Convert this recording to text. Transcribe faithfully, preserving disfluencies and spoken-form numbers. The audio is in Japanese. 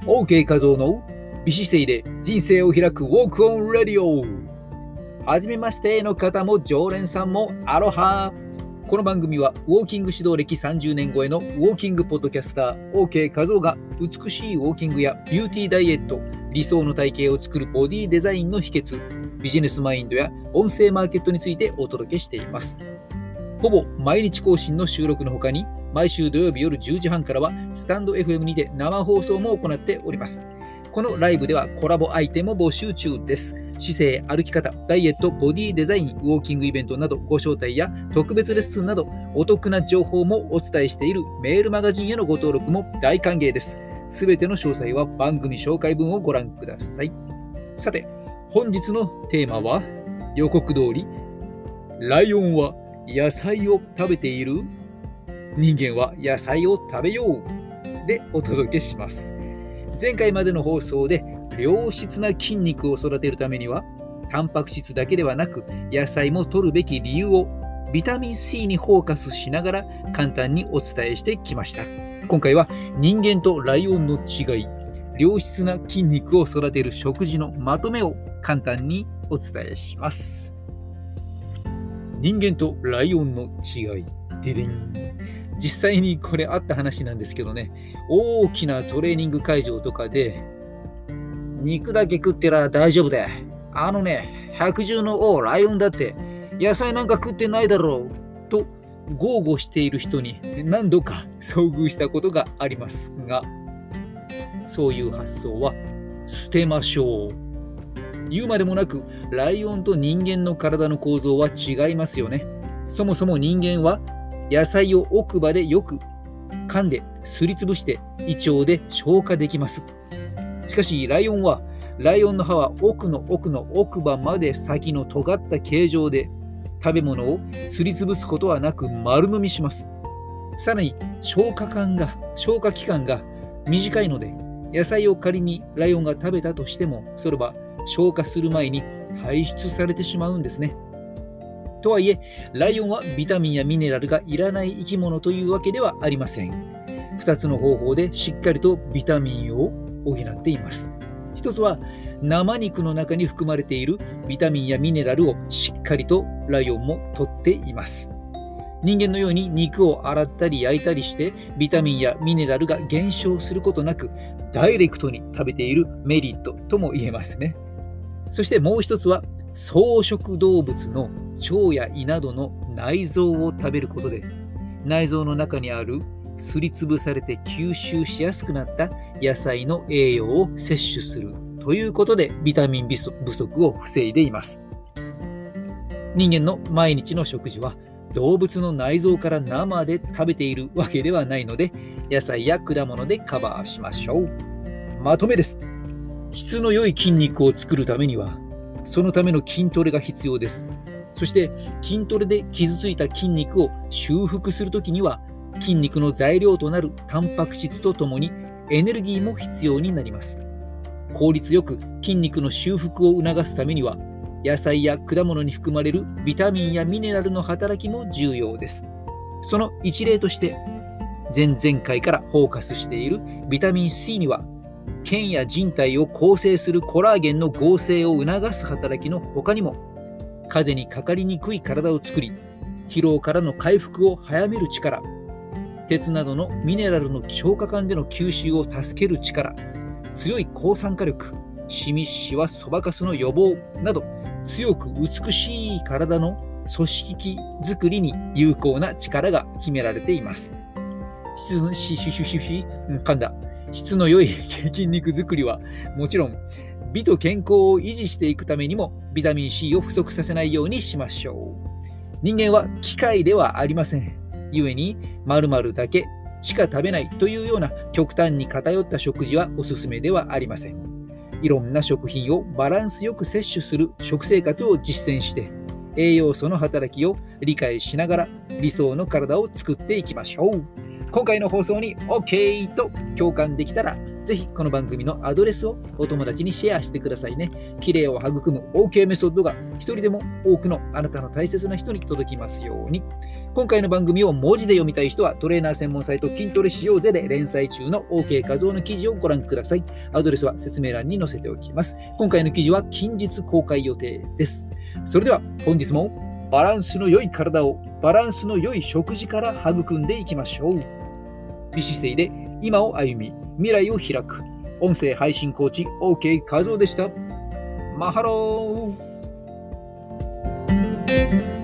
OK 画像の美姿勢で人生を開くウォークオンラディオ。はじめましての方も常連さんもアロハ。この番組はウォーキング指導歴さんじゅうねん超えのウォーキングポッドキャスター OK 画像が美しいウォーキングやビューティーダイエット、理想の体型を作るボディデザインの秘訣、ビジネスマインドや音声マーケットについてお届けしています。ほぼ毎日更新の収録の他に、毎週土曜日夜じゅうじはんからはスタンド エフエム にて生放送も行っております。このライブではコラボ相手も募集中です。姿勢、歩き方、ダイエット、ボディデザイン、ウォーキングイベントなどご招待や特別レッスンなどお得な情報もお伝えしているメールマガジンへのご登録も大歓迎です。すべての詳細は番組紹介文をご覧ください。さて、本日のテーマは予告通り、ライオンは野菜を食べている？人間は野菜を食べようでお届けします。前回までの放送で良質な筋肉を育てるためにはタンパク質だけではなく野菜も摂るべき理由をビタミン C にフォーカスしながら簡単にお伝えしてきました。今回は人間とライオンの違い、良質な筋肉を育てる食事のまとめを簡単にお伝えします。人間とライオンの違い。ででん。実際にこれあった話なんですけどね、大きなトレーニング会場とかで肉だけ食ってら大丈夫だ。あのね、百獣の王ライオンだって野菜なんか食ってないだろうと豪語している人に何度か遭遇したことがありますが、そういう発想は捨てましょう。言うまでもなく、ライオンと人間の体の構造は違いますよね。そもそも人間は野菜を奥歯でよく噛んですりつぶして胃腸で消化できます。しかしライオンはライオンの歯は奥の奥の奥歯まで先の尖った形状で食べ物をすりつぶすことはなく丸飲みします。さらに消化管が消化器官が短いので、野菜を仮にライオンが食べたとしてもそれは消化する前に排出されてしまうんですね。とはいえ、ライオンはビタミンやミネラルがいらない生き物というわけではありません。ふたつの方法でしっかりとビタミンを補っています。ひとつは生肉の中に含まれているビタミンやミネラルをしっかりとライオンも摂っています。人間のように肉を洗ったり焼いたりしてビタミンやミネラルが減少することなくダイレクトに食べているメリットとも言えますね。そしてもう一つは草食動物の腸や胃などの内臓を食べることで、内臓の中にあるすりつぶされて吸収しやすくなった野菜の栄養を摂取するということでビタミン不足を防いでいます。人間の毎日の食事は動物の内臓から生で食べているわけではないので、野菜や果物でカバーしましょう。まとめです。質の良い筋肉を作るためにはそのための筋トレが必要です。そして筋トレで傷ついた筋肉を修復するときには筋肉の材料となるタンパク質とともにエネルギーも必要になります。効率よく筋肉の修復を促すためには野菜や果物に含まれるビタミンやミネラルの働きも重要です。その一例として前々回からフォーカスしているビタミン C には腱や靭帯を構成するコラーゲンの合成を促す働きの他にも、風邪にかかりにくい体を作り疲労からの回復を早める力、鉄などのミネラルの消化管での吸収を助ける力、強い抗酸化力、シミシワそばかすの予防など強く美しい体の組織作りに有効な力が秘められています。質のししししし噛んだ質の良い筋肉作りはもちろん美と健康を維持していくためにもビタミン C を不足させないようにしましょう。人間は機械ではありません。ゆえに〇〇だけしか食べないというような極端に偏った食事はおすすめではありません。いろんな食品をバランスよく摂取する食生活を実践して栄養素の働きを理解しながら理想の体を作っていきましょう。今回の放送に OK と共感できたらぜひこの番組のアドレスをお友達にシェアしてくださいね。綺麗を育む OK メソッドが一人でも多くのあなたの大切な人に届きますように。今回の番組を文字で読みたい人はトレーナー専門サイト筋トレしようぜで連載中の OK 画像の記事をご覧ください。アドレスは説明欄に載せておきます。今回の記事は近日公開予定です。それでは本日もバランスの良い体をバランスの良い食事から育んでいきましょう。美姿勢で今を歩み未来を開く音声配信コーチ OK 画像でした。マハロー。